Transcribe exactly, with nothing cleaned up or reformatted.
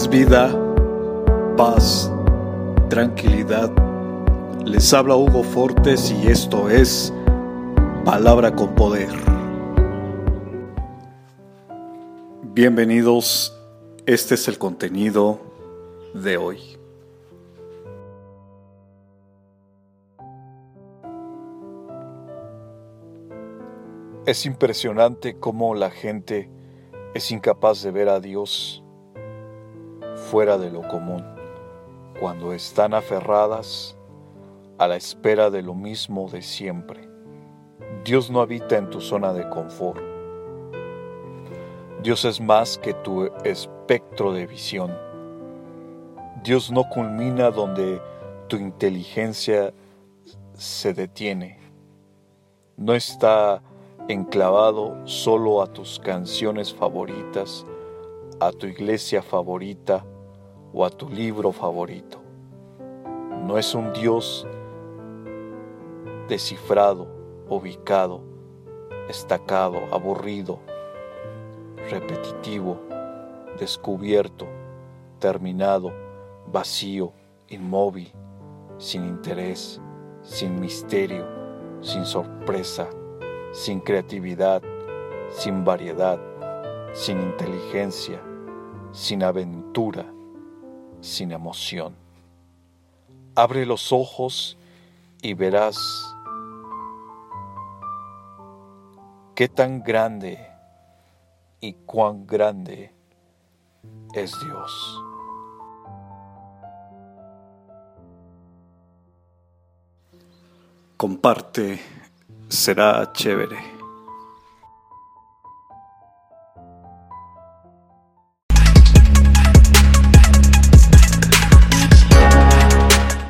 es vida, paz, tranquilidad. Les habla Hugo Fortes y esto es Palabra con Poder. Bienvenidos, este es el contenido de hoy. Es impresionante cómo la gente es incapaz de ver a Dios fuera de lo común, cuando están aferradas a la espera de lo mismo de siempre. Dios no habita en tu zona de confort. Dios es más que tu espectro de visión. Dios no culmina donde tu inteligencia se detiene. No está enclavado solo a tus canciones favoritas, a tu iglesia favorita o a tu libro favorito. No es un Dios descifrado, ubicado, estacado, aburrido, repetitivo, descubierto, terminado, vacío, inmóvil, sin interés, sin misterio, sin sorpresa, sin creatividad, sin variedad, sin inteligencia, sin aventura, sin emoción. Abre los ojos y verás qué tan grande y cuán grande es Dios. Comparte, será chévere.